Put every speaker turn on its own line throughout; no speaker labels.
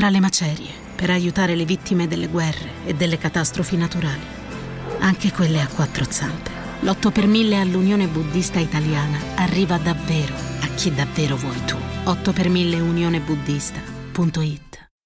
tra le macerie per aiutare le vittime delle guerre e delle catastrofi naturali, anche quelle a quattro zampe. L'8 per 1000 all'Unione Buddista Italiana arriva davvero a chi davvero vuoi tu. 8 per 1000 unionebuddista.it.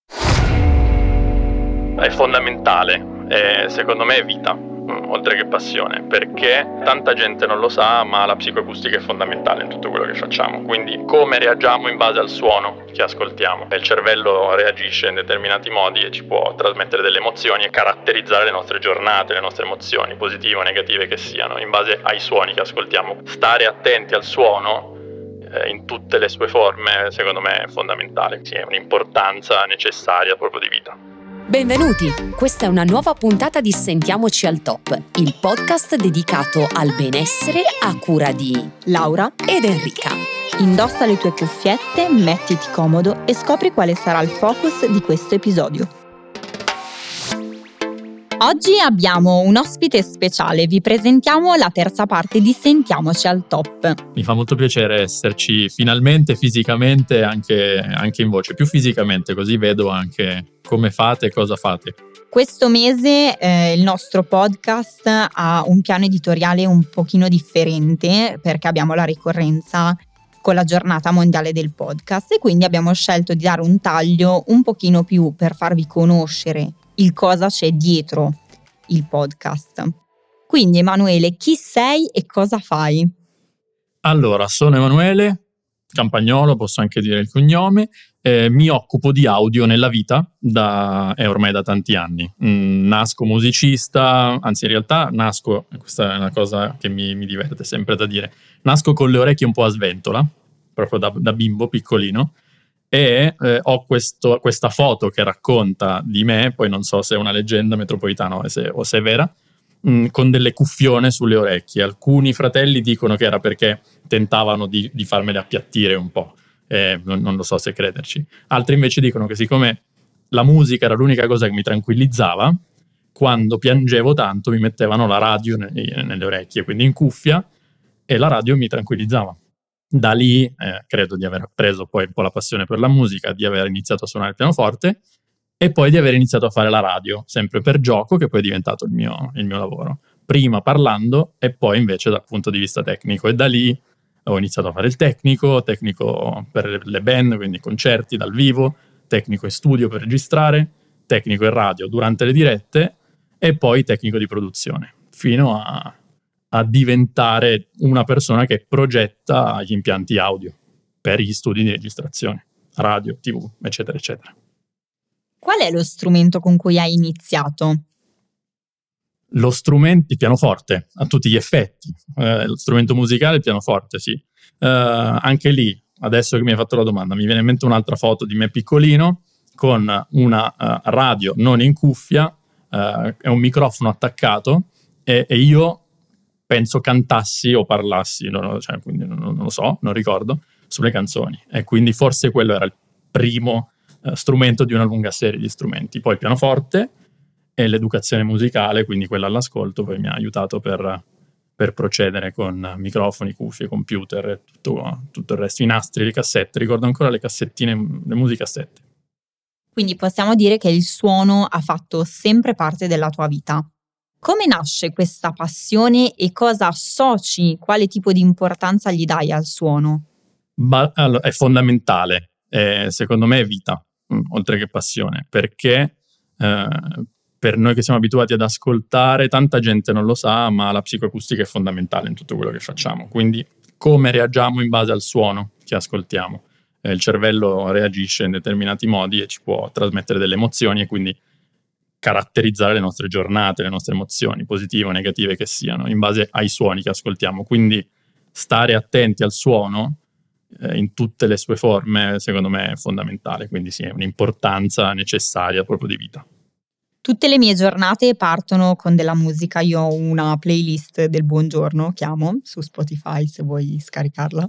È fondamentale, secondo me è vita, oltre che passione, perché tanta gente non lo sa, ma la psicoacustica è fondamentale in tutto quello che facciamo. Quindi come reagiamo in base al suono che ascoltiamo. Il cervello reagisce in determinati modi e ci può trasmettere delle emozioni e caratterizzare le nostre giornate, le nostre emozioni, positive o negative che siano, in base ai suoni che ascoltiamo. Stare attenti al suono in tutte le sue forme, secondo me è fondamentale. Sì, è un'importanza necessaria proprio di vita.
Benvenuti! Questa è una nuova puntata di Sentiamoci al Top, il podcast dedicato al benessere a cura di Laura ed Enrica.
Indossa le tue cuffiette, mettiti comodo e scopri quale sarà il focus di questo episodio. Oggi abbiamo un ospite speciale, vi presentiamo la terza parte di Sentiamoci al Top.
Mi fa molto piacere esserci finalmente fisicamente, anche in voce, più fisicamente, così vedo anche come fate e cosa fate.
Questo mese il nostro podcast ha un piano editoriale un pochino differente perché abbiamo la ricorrenza con la giornata mondiale del podcast e quindi abbiamo scelto di dare un taglio un pochino più per farvi conoscere il cosa c'è dietro il podcast. Quindi Emanuele, chi sei e cosa fai?
Allora, sono Emanuele Campagnolo, posso anche dire il cognome, mi occupo di audio nella vita ormai da tanti anni. Nasco musicista, anzi in realtà questa è una cosa che mi diverte sempre da dire, nasco con le orecchie un po' a sventola, proprio da bimbo piccolino, e ho questa foto che racconta di me, poi non so se è una leggenda metropolitana o se è vera, con delle cuffione sulle orecchie. Alcuni fratelli dicono che era perché tentavano di farmele appiattire un po', non lo so se crederci. Altri invece dicono che siccome la musica era l'unica cosa che mi tranquillizzava, quando piangevo tanto mi mettevano la radio nelle orecchie, quindi in cuffia, e la radio mi tranquillizzava. Da lì credo di aver preso poi un po' la passione per la musica, di aver iniziato a suonare il pianoforte e poi di aver iniziato a fare la radio, sempre per gioco, che poi è diventato il mio lavoro. Prima parlando e poi invece dal punto di vista tecnico, e da lì ho iniziato a fare il tecnico per le band, quindi concerti dal vivo, tecnico in studio per registrare, tecnico in radio durante le dirette e poi tecnico di produzione, fino a diventare una persona che progetta gli impianti audio per gli studi di registrazione, radio, TV, eccetera, eccetera.
Qual è lo strumento con cui hai iniziato?
Il pianoforte, a tutti gli effetti. Lo strumento musicale, il pianoforte, sì. Anche lì, adesso che mi hai fatto la domanda, mi viene in mente un'altra foto di me piccolino, con una radio non in cuffia, e un microfono attaccato, e io penso cantassi o parlassi, quindi non lo so, non ricordo, sulle canzoni. E quindi forse quello era il primo strumento di una lunga serie di strumenti. Poi il pianoforte e l'educazione musicale, quindi quella all'ascolto, poi mi ha aiutato per procedere con microfoni, cuffie, computer e tutto il resto, i nastri, le cassette. Ricordo ancora le cassettine, le musicassette.
Quindi possiamo dire che il suono ha fatto sempre parte della tua vita. Come nasce questa passione e cosa associ, quale tipo di importanza gli dai al suono?
Allora, è fondamentale, secondo me è vita, oltre che passione, perché per noi che siamo abituati ad ascoltare, tanta gente non lo sa, ma la psicoacustica è fondamentale in tutto quello che facciamo. Quindi come reagiamo in base al suono che ascoltiamo. Il cervello reagisce in determinati modi e ci può trasmettere delle emozioni e quindi caratterizzare le nostre giornate, le nostre emozioni, positive o negative che siano, in base ai suoni che ascoltiamo. Quindi stare attenti al suono in tutte le sue forme, secondo me è fondamentale. Quindi sì, è un'importanza necessaria proprio di vita.
Tutte le mie giornate partono con della musica. Io ho una playlist del buongiorno, chiamo, su Spotify se vuoi scaricarla,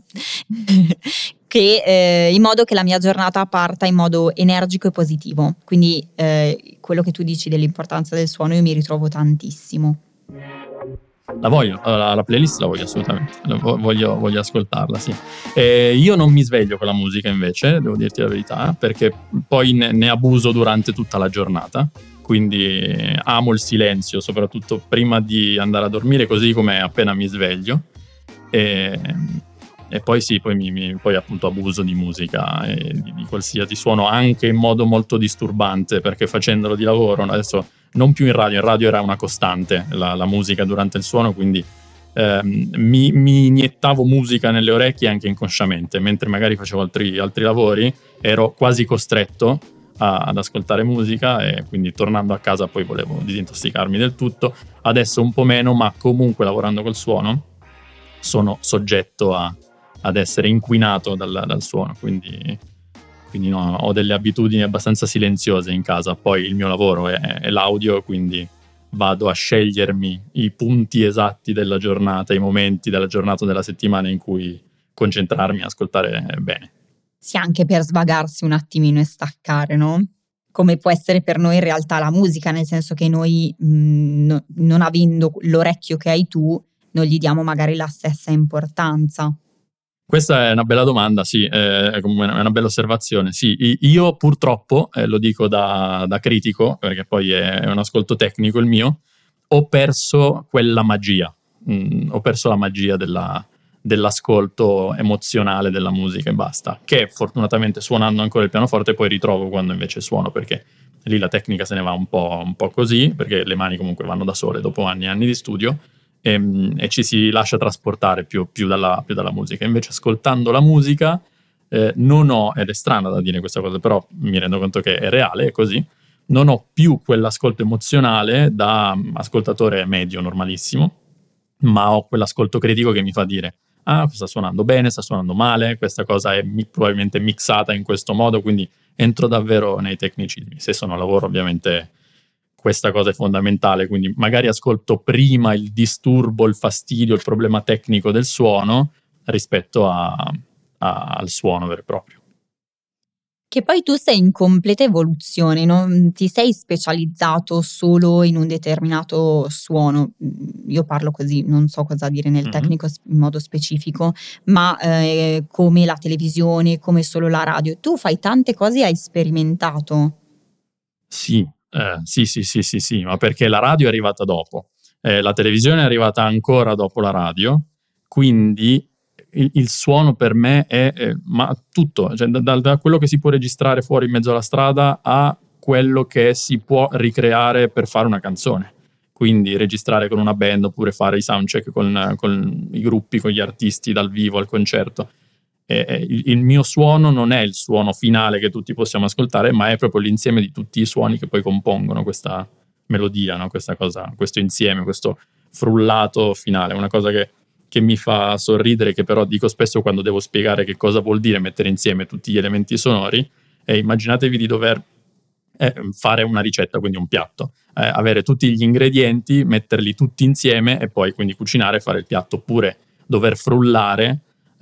che in modo che la mia giornata parta in modo energico e positivo. Quindi quello che tu dici dell'importanza del suono io mi ritrovo tantissimo.
La voglio, la playlist la voglio assolutamente, voglio ascoltarla, sì. Io non mi sveglio con la musica invece, devo dirti la verità, perché poi ne abuso durante tutta la giornata, quindi amo il silenzio, soprattutto prima di andare a dormire, così come appena mi sveglio. E poi sì, poi appunto abuso di musica e di qualsiasi suono, anche in modo molto disturbante, perché facendolo di lavoro, adesso non più in radio era una costante la musica durante il suono, quindi mi iniettavo musica nelle orecchie anche inconsciamente, mentre magari facevo altri lavori, ero quasi costretto ad ascoltare musica, e quindi tornando a casa poi volevo disintossicarmi del tutto. Adesso un po' meno, ma comunque lavorando col suono sono soggetto ad essere inquinato dal suono, quindi no, ho delle abitudini abbastanza silenziose in casa. Poi il mio lavoro è l'audio, quindi vado a scegliermi i punti esatti della giornata, i momenti della giornata o della settimana in cui concentrarmi e ascoltare bene.
Sì, anche per svagarsi un attimino e staccare, no? Come può essere per noi in realtà la musica, nel senso che noi non avendo l'orecchio che hai tu, non gli diamo magari la stessa importanza.
Questa è una bella domanda, sì, è una bella osservazione. Sì, io purtroppo, lo dico da critico, perché poi è un ascolto tecnico il mio, ho perso quella magia. Ho perso la magia dell'ascolto emozionale della musica e basta, che fortunatamente suonando ancora il pianoforte poi ritrovo quando invece suono, perché lì la tecnica se ne va un po' così, perché le mani comunque vanno da sole dopo anni e anni di studio. E ci si lascia trasportare più dalla musica. Invece ascoltando la musica non ho, ed è strana da dire questa cosa, però mi rendo conto che è reale, è così, non ho più quell'ascolto emozionale da ascoltatore medio normalissimo, ma ho quell'ascolto critico che mi fa dire: ah, sta suonando bene, sta suonando male, questa cosa è probabilmente mixata in questo modo, quindi entro davvero nei tecnicismi. Se sono a lavoro ovviamente questa cosa è fondamentale, quindi magari ascolto prima il disturbo, il fastidio, il problema tecnico del suono rispetto al suono vero e proprio.
Che poi tu sei in completa evoluzione, non ti sei specializzato solo in un determinato suono. Io parlo così, non so cosa dire nel tecnico in modo specifico, ma come la televisione, come solo la radio. Tu fai tante cose e hai sperimentato.
Sì, ma perché la radio è arrivata dopo, la televisione è arrivata ancora dopo la radio, quindi il suono per me è ma tutto, cioè da quello che si può registrare fuori in mezzo alla strada a quello che si può ricreare per fare una canzone, quindi registrare con una band oppure fare i soundcheck con i gruppi, con gli artisti dal vivo al concerto. Il mio suono non è il suono finale che tutti possiamo ascoltare, ma è proprio l'insieme di tutti i suoni che poi compongono questa melodia, no? Questa cosa, questo insieme, questo frullato finale, una cosa che mi fa sorridere, che però dico spesso quando devo spiegare che cosa vuol dire mettere insieme tutti gli elementi sonori. Immaginatevi di dover fare una ricetta, quindi un piatto, avere tutti gli ingredienti, metterli tutti insieme e poi quindi cucinare e fare il piatto, oppure dover frullare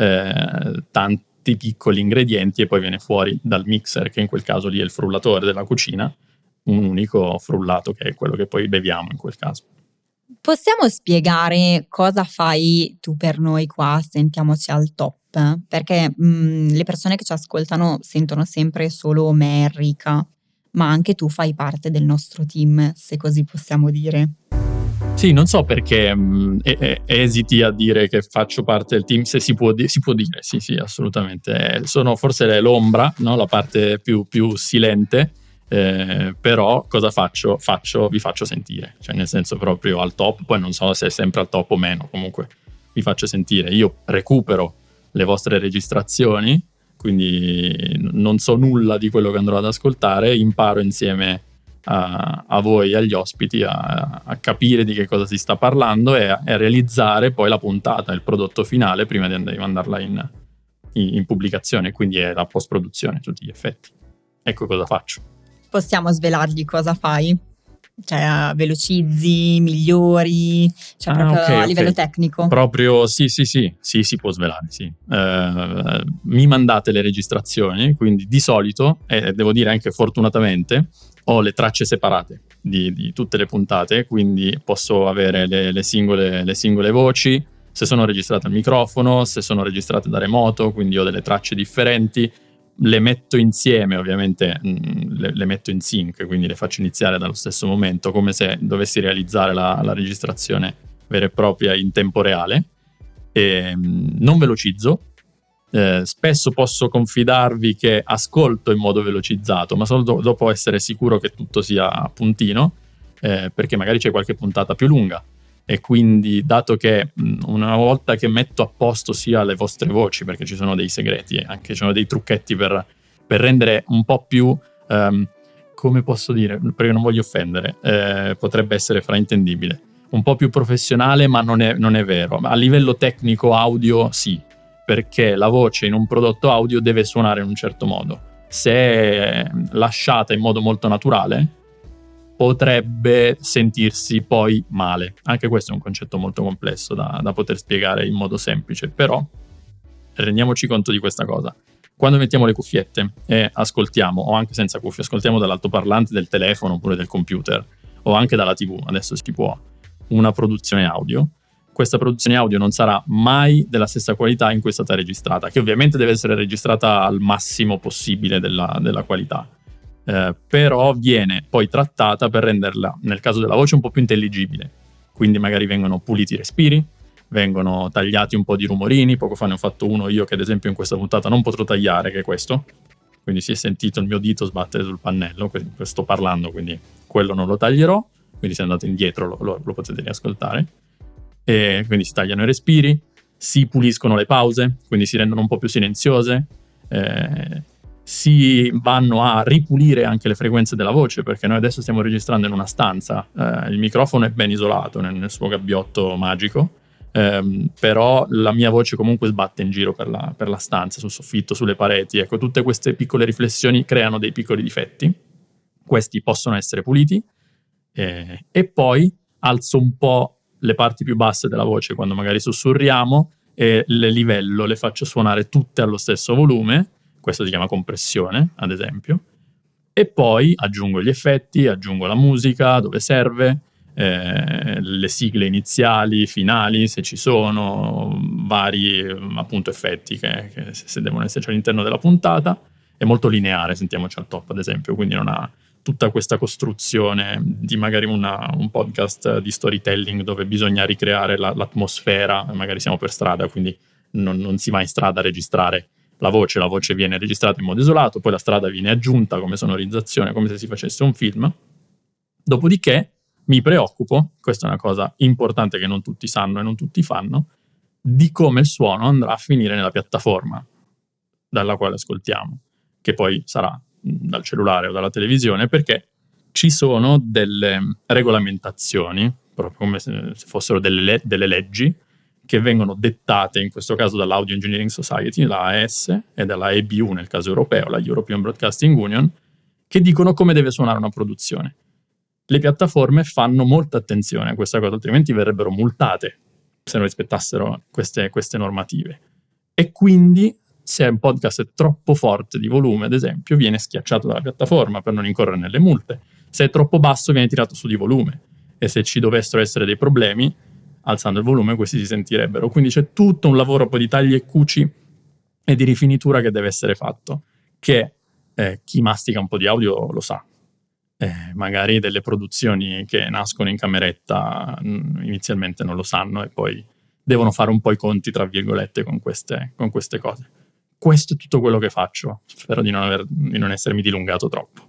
tanti piccoli ingredienti e poi viene fuori dal mixer, che in quel caso lì è il frullatore della cucina, un unico frullato che è quello che poi beviamo in quel caso.
Possiamo spiegare cosa fai tu per noi qua? Sentiamoci al top, perché le persone che ci ascoltano sentono sempre solo me e Enrica, ma anche tu fai parte del nostro team, se così possiamo dire.
Sì, non so perché esiti a dire che faccio parte del team, se si può dire, sì, assolutamente. Sono forse l'ombra, no? La parte più silente, però cosa faccio? Vi faccio sentire, cioè nel senso proprio al top, poi non so se è sempre al top o meno, comunque vi faccio sentire. Io recupero le vostre registrazioni, quindi non so nulla di quello che andrò ad ascoltare, imparo insieme a voi e agli ospiti a capire di che cosa si sta parlando e a realizzare poi la puntata, il prodotto finale prima di mandarla in pubblicazione, quindi è la post-produzione a tutti gli effetti. Ecco cosa faccio.
Possiamo svelargli cosa fai? Cioè velocizzi, migliori, cioè proprio a livello tecnico?
Proprio sì, si può svelare, sì. Mi mandate le registrazioni, quindi di solito, e devo dire anche fortunatamente, ho le tracce separate di tutte le puntate, quindi posso avere le singole voci, se sono registrate al microfono, se sono registrate da remoto, quindi ho delle tracce differenti. Le metto insieme, ovviamente le metto in sync, quindi le faccio iniziare dallo stesso momento, come se dovessi realizzare la registrazione vera e propria in tempo reale. Non velocizzo, spesso posso confidarvi che ascolto in modo velocizzato, ma solo dopo essere sicuro che tutto sia a puntino, perché magari c'è qualche puntata più lunga. E quindi, dato che una volta che metto a posto sia le vostre voci, perché ci sono dei segreti e anche ci sono dei trucchetti per rendere un po' più, come posso dire, perché non voglio offendere, potrebbe essere fraintendibile, un po' più professionale, ma non è vero. A livello tecnico audio sì, perché la voce in un prodotto audio deve suonare in un certo modo. Se lasciata in modo molto naturale, potrebbe sentirsi poi male. Anche questo è un concetto molto complesso da poter spiegare in modo semplice, però rendiamoci conto di questa cosa. Quando mettiamo le cuffiette e ascoltiamo, o anche senza cuffie, ascoltiamo dall'altoparlante del telefono oppure del computer, o anche dalla TV, adesso si può, una produzione audio, questa produzione audio non sarà mai della stessa qualità in cui è stata registrata, che ovviamente deve essere registrata al massimo possibile della qualità. Però viene poi trattata per renderla, nel caso della voce, un po' più intelligibile. Quindi magari vengono puliti i respiri, vengono tagliati un po' di rumorini. Poco fa ne ho fatto uno io che ad esempio in questa puntata non potrò tagliare, che è questo. Quindi si è sentito il mio dito sbattere sul pannello, sto parlando, quindi quello non lo taglierò. Quindi se andate indietro lo potete riascoltare. E quindi si tagliano i respiri, si puliscono le pause, quindi si rendono un po' più silenziose, si vanno a ripulire anche le frequenze della voce, perché noi adesso stiamo registrando in una stanza, il microfono è ben isolato nel suo gabbiotto magico, però la mia voce comunque sbatte in giro per la stanza, sul soffitto, sulle pareti. Ecco, tutte queste piccole riflessioni creano dei piccoli difetti. Questi possono essere puliti, e poi alzo un po' le parti più basse della voce quando magari sussurriamo e le livello, le faccio suonare tutte allo stesso volume. Questo si chiama compressione, ad esempio. E poi aggiungo gli effetti, aggiungo la musica dove serve, le sigle iniziali, finali, se ci sono, vari appunto effetti che se devono esserci all'interno della puntata. È molto lineare, sentiamoci al top, ad esempio, quindi non ha tutta questa costruzione di magari un podcast di storytelling dove bisogna ricreare l'atmosfera. Magari siamo per strada, quindi non si va in strada a registrare la voce viene registrata in modo isolato, poi la strada viene aggiunta come sonorizzazione, come se si facesse un film. Dopodiché mi preoccupo, questa è una cosa importante che non tutti sanno e non tutti fanno, di come il suono andrà a finire nella piattaforma dalla quale ascoltiamo, che poi sarà dal cellulare o dalla televisione, perché ci sono delle regolamentazioni, proprio come se fossero delle leggi, che vengono dettate in questo caso dall'Audio Engineering Society, la AES, e dalla EBU nel caso europeo, la European Broadcasting Union, che dicono come deve suonare una produzione. Le piattaforme fanno molta attenzione a questa cosa, altrimenti verrebbero multate se non rispettassero queste normative. E quindi se un podcast è troppo forte di volume, ad esempio, viene schiacciato dalla piattaforma per non incorrere nelle multe. Se è troppo basso viene tirato su di volume, e se ci dovessero essere dei problemi, alzando il volume, questi si sentirebbero. Quindi c'è tutto un lavoro poi di tagli e cuci e di rifinitura che deve essere fatto, che chi mastica un po' di audio lo sa. Magari delle produzioni che nascono in cameretta inizialmente non lo sanno e poi devono fare un po' i conti, tra virgolette, con queste cose. Questo è tutto quello che faccio. Spero di non essermi dilungato troppo.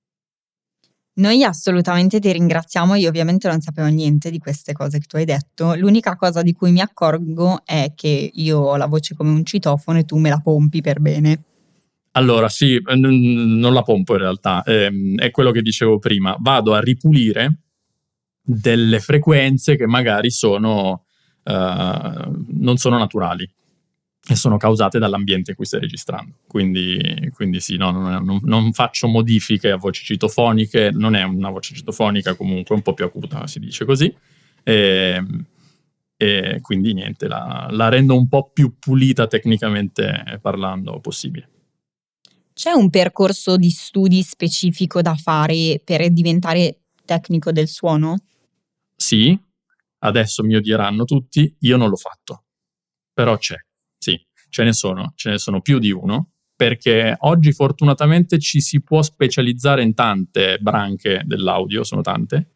Noi assolutamente ti ringraziamo. Io ovviamente non sapevo niente di queste cose che tu hai detto. L'unica cosa di cui mi accorgo è che io ho la voce come un citofono e tu me la pompi per bene.
Allora sì, non la pompo in realtà, è quello che dicevo prima. Vado a ripulire delle frequenze che magari non sono naturali. e sono causate dall'ambiente in cui stai registrando. Quindi sì, no, non faccio modifiche a voci citofoniche, non è una voce citofonica, comunque un po' più acuta, si dice così, e quindi niente, la rendo un po' più pulita tecnicamente parlando possibile.
C'è un percorso di studi specifico da fare per diventare tecnico del suono?
Sì, adesso mi odieranno tutti, io non l'ho fatto, però c'è, sì, ce ne sono più di uno, perché oggi fortunatamente ci si può specializzare in tante branche dell'audio, sono tante,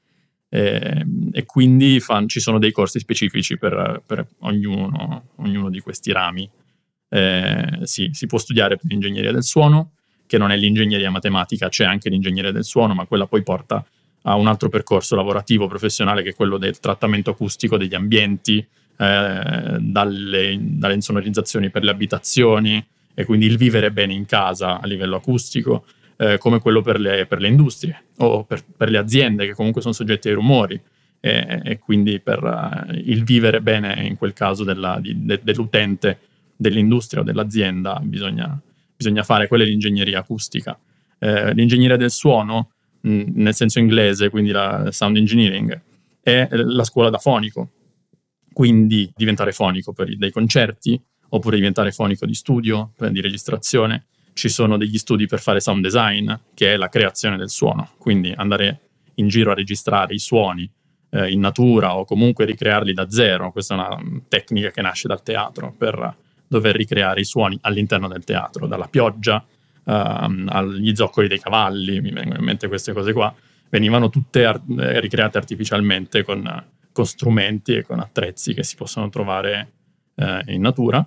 e quindi ci sono dei corsi specifici per ognuno di questi rami. Sì, si può studiare per l'ingegneria del suono, che non è l'ingegneria matematica, c'è anche l'ingegneria del suono, ma quella poi porta a un altro percorso lavorativo, professionale, che è quello del trattamento acustico degli ambienti, dalle insonorizzazioni per le abitazioni, e quindi il vivere bene in casa a livello acustico, come quello per le industrie o per le aziende, che comunque sono soggette ai rumori, e quindi per il vivere bene in quel caso dell'utente, dell'industria o dell'azienda bisogna fare. Quella è l'ingegneria acustica. L'ingegneria del suono, nel senso inglese, quindi la sound engineering, è la scuola da fonico, quindi diventare fonico per dei concerti, oppure diventare fonico di studio, di registrazione. Ci sono degli studi per fare sound design, che è la creazione del suono, quindi andare in giro a registrare i suoni in natura o comunque ricrearli da zero. Questa è una tecnica che nasce dal teatro, per dover ricreare i suoni all'interno del teatro, dalla pioggia agli zoccoli dei cavalli, mi vengono in mente queste cose qua, venivano tutte ricreate artificialmente con strumenti e con attrezzi che si possono trovare in natura.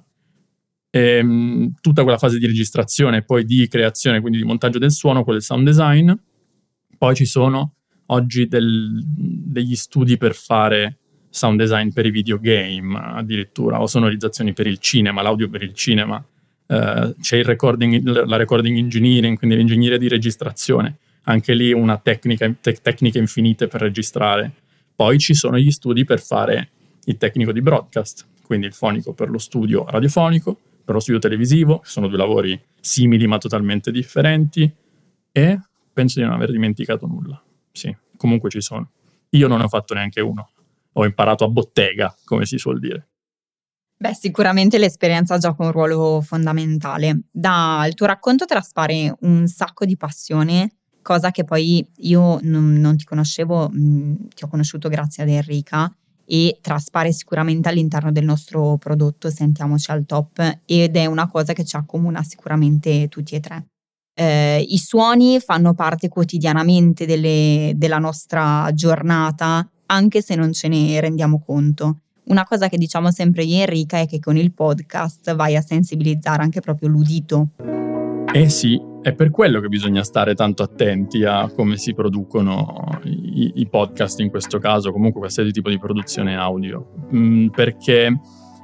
Tutta quella fase di registrazione e poi di creazione, quindi di montaggio del suono, quello del sound design. Poi ci sono oggi degli studi per fare sound design per i videogame addirittura, o sonorizzazioni per il cinema, l'audio per il cinema. C'è la recording engineering, quindi l'ingegneria di registrazione, anche lì una tecniche infinite per registrare. Poi ci sono gli studi per fare il tecnico di broadcast, quindi il fonico per lo studio radiofonico, per lo studio televisivo, che sono due lavori simili ma totalmente differenti, e penso di non aver dimenticato nulla. Sì, comunque ci sono. Io non ne ho fatto neanche uno, ho imparato a bottega, come si suol dire.
Beh, sicuramente l'esperienza gioca un ruolo fondamentale. Dal tuo racconto traspare un sacco di passione, cosa che poi io non ti conoscevo, ti ho conosciuto grazie ad Enrica, e traspare sicuramente all'interno del nostro prodotto Sentiamoci al Top, ed è una cosa che ci accomuna sicuramente tutti e tre. I suoni fanno parte quotidianamente della nostra giornata, anche se non ce ne rendiamo conto. Una cosa che diciamo sempre io e Enrica è che con il podcast vai a sensibilizzare anche proprio l'udito.
Sì, è per quello che bisogna stare tanto attenti a come si producono i podcast in questo caso, comunque qualsiasi tipo di produzione audio, perché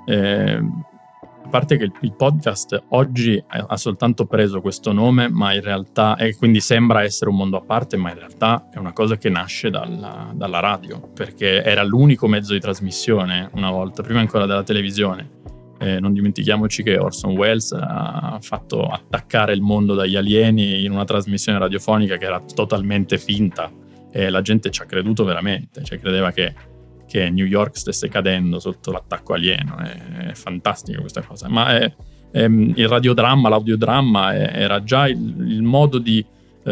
a parte che il podcast oggi ha soltanto preso questo nome, ma in realtà, e quindi sembra essere un mondo a parte, ma in realtà è una cosa che nasce dalla radio, perché era l'unico mezzo di trasmissione una volta, prima ancora della televisione. Non dimentichiamoci che Orson Welles ha fatto attaccare il mondo dagli alieni in una trasmissione radiofonica che era totalmente finta, e la gente ci ha creduto veramente, cioè credeva che New York stesse cadendo sotto l'attacco alieno. È fantastica questa cosa, ma il radiodramma, l'audiodramma era già il modo di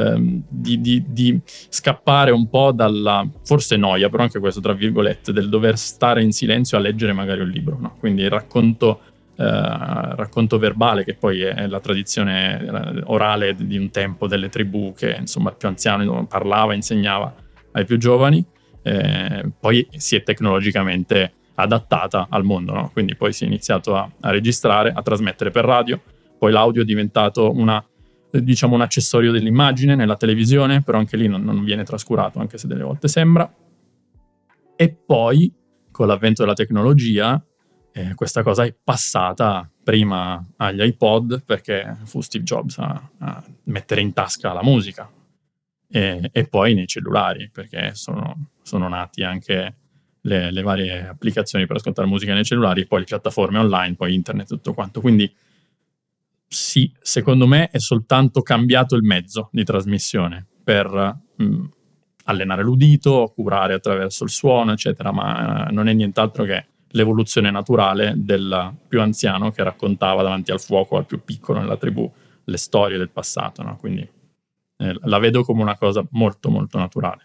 scappare un po' dalla, forse noia, però anche questo tra virgolette, del dover stare in silenzio a leggere magari un libro, no? Quindi il racconto verbale, che poi è la tradizione orale di un tempo delle tribù, che insomma il più anziano parlava, insegnava ai più giovani. Poi si è tecnologicamente adattata al mondo, no? Quindi poi si è iniziato a registrare, a trasmettere per radio, poi l'audio è diventato un accessorio dell'immagine nella televisione, però anche lì non viene trascurato, anche se delle volte sembra. E poi con l'avvento della tecnologia questa cosa è passata prima agli iPod, perché fu Steve Jobs a mettere in tasca la musica, e poi nei cellulari, perché sono nati anche le varie applicazioni per ascoltare musica nei cellulari, poi le piattaforme online, poi internet, tutto quanto. Quindi sì, secondo me è soltanto cambiato il mezzo di trasmissione per allenare l'udito, curare attraverso il suono, eccetera, ma non è nient'altro che l'evoluzione naturale del più anziano che raccontava davanti al fuoco al più piccolo nella tribù le storie del passato, no? Quindi la vedo come una cosa molto molto naturale.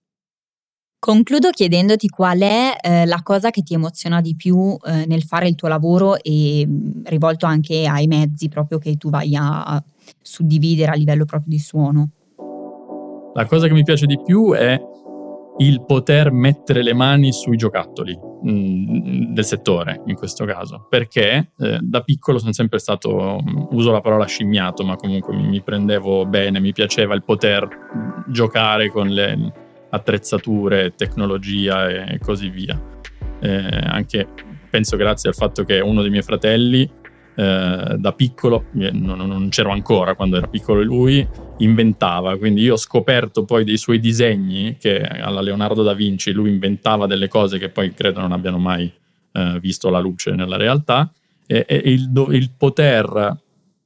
Concludo chiedendoti qual è la cosa che ti emoziona di più nel fare il tuo lavoro e rivolto anche ai mezzi proprio che tu vai a suddividere a livello proprio di suono.
La cosa che mi piace di più è il poter mettere le mani sui giocattoli del settore, in questo caso, perché da piccolo sono sempre stato, uso la parola scimmiato, ma comunque mi prendevo bene, mi piaceva il poter giocare con le attrezzature, tecnologia e così via. Anche penso grazie al fatto che uno dei miei fratelli da piccolo, non c'ero ancora quando era piccolo lui, inventava, quindi io ho scoperto poi dei suoi disegni che alla Leonardo da Vinci lui inventava delle cose che poi credo non abbiano mai visto la luce nella realtà, e il poter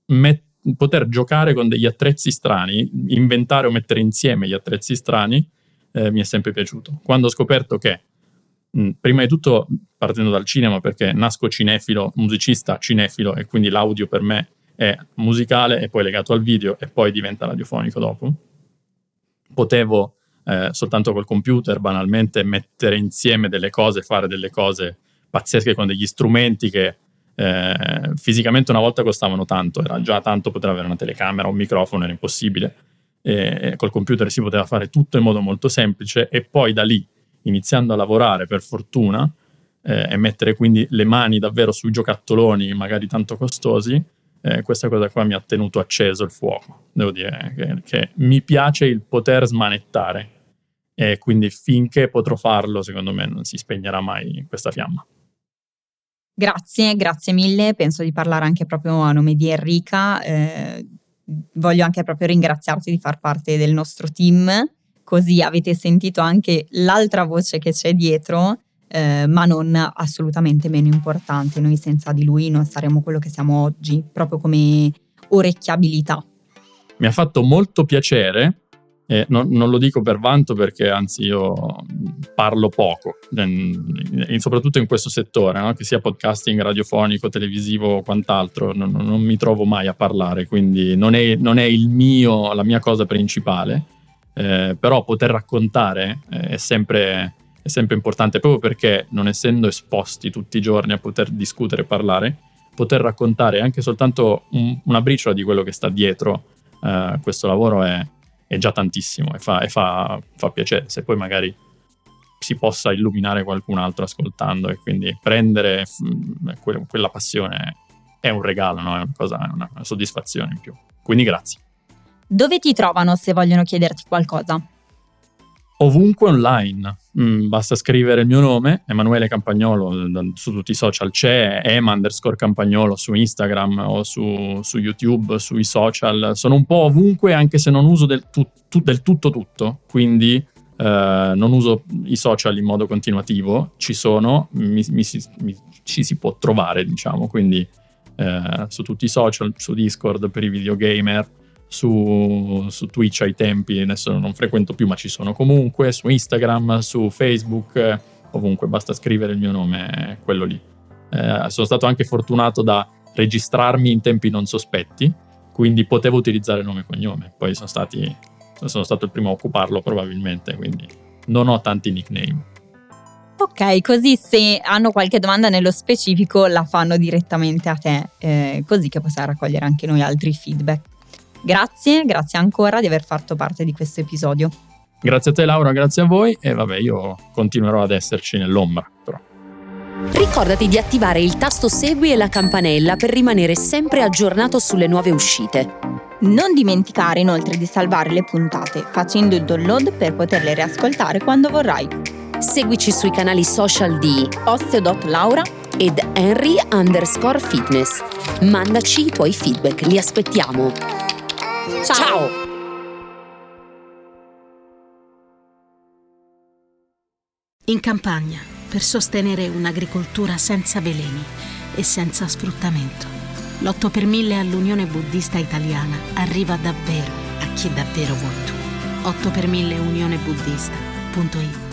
giocare con degli attrezzi strani, inventare o mettere insieme gli attrezzi strani mi è sempre piaciuto. Quando ho scoperto che prima di tutto partendo dal cinema, perché nasco cinefilo, musicista cinefilo, e quindi l'audio per me è musicale e poi legato al video e poi diventa radiofonico dopo. Potevo soltanto col computer banalmente mettere insieme delle cose, fare delle cose pazzesche con degli strumenti che fisicamente una volta costavano tanto, era già tanto poter avere una telecamera, un microfono, era impossibile. Col computer si poteva fare tutto in modo molto semplice, e poi da lì, iniziando a lavorare per fortuna e mettere quindi le mani davvero sui giocattoloni magari tanto costosi, questa cosa qua mi ha tenuto acceso il fuoco. Devo dire che mi piace il poter smanettare, e quindi finché potrò farlo secondo me non si spegnerà mai questa fiamma.
Grazie mille, penso di parlare anche proprio a nome di Enrica. Voglio anche proprio ringraziarti di far parte del nostro team, così avete sentito anche l'altra voce che c'è dietro, ma non assolutamente meno importante. Noi senza di lui non saremmo quello che siamo oggi, proprio come orecchiabilità.
Mi ha fatto molto piacere, e non lo dico per vanto, perché anzi io parlo poco, soprattutto in questo settore, no? Che sia podcasting, radiofonico, televisivo o quant'altro, non mi trovo mai a parlare, quindi non è la mia cosa principale, però poter raccontare è sempre importante, proprio perché non essendo esposti tutti i giorni a poter discutere e parlare, poter raccontare anche soltanto una briciola di quello che sta dietro questo lavoro è già tantissimo, e fa piacere. Se poi magari si possa illuminare qualcun altro ascoltando, e quindi prendere quella passione è un regalo, no? È una soddisfazione in più. Quindi grazie.
Dove ti trovano se vogliono chiederti qualcosa?
Ovunque online, basta scrivere il mio nome, Emanuele Campagnolo, su tutti i social c'è, @Campagnolo su Instagram o su YouTube, sui social, sono un po' ovunque, anche se non uso del tutto, quindi non uso i social in modo continuativo, ci sono, ci si può trovare, diciamo, quindi su tutti i social, su Discord per i videogamer, su Twitch ai tempi, adesso non frequento più ma ci sono comunque, su Instagram, su Facebook, ovunque, basta scrivere il mio nome, quello lì. Sono stato anche fortunato da registrarmi in tempi non sospetti, quindi potevo utilizzare nome e cognome, poi sono stato il primo a occuparlo probabilmente, quindi non ho tanti nickname.
Ok, così se hanno qualche domanda nello specifico la fanno direttamente a te, così che possiamo raccogliere anche noi altri feedback. Grazie ancora di aver fatto parte di questo episodio.
Grazie a te Laura, grazie a voi, e vabbè, io continuerò ad esserci nell'ombra però.
Ricordati di attivare il tasto segui e la campanella per rimanere sempre aggiornato sulle nuove uscite.
Non dimenticare inoltre di salvare le puntate facendo il download per poterle riascoltare quando vorrai.
Seguici sui canali social di
Osteo.Laura
ed Henry_Fitness. Mandaci i tuoi feedback, li aspettiamo. Ciao!
In campagna, per sostenere un'agricoltura senza veleni e senza sfruttamento. L'8 per 1000 all'Unione Buddista Italiana arriva davvero a chi davvero vuoi tu. 8 per 1000 unionebuddista.it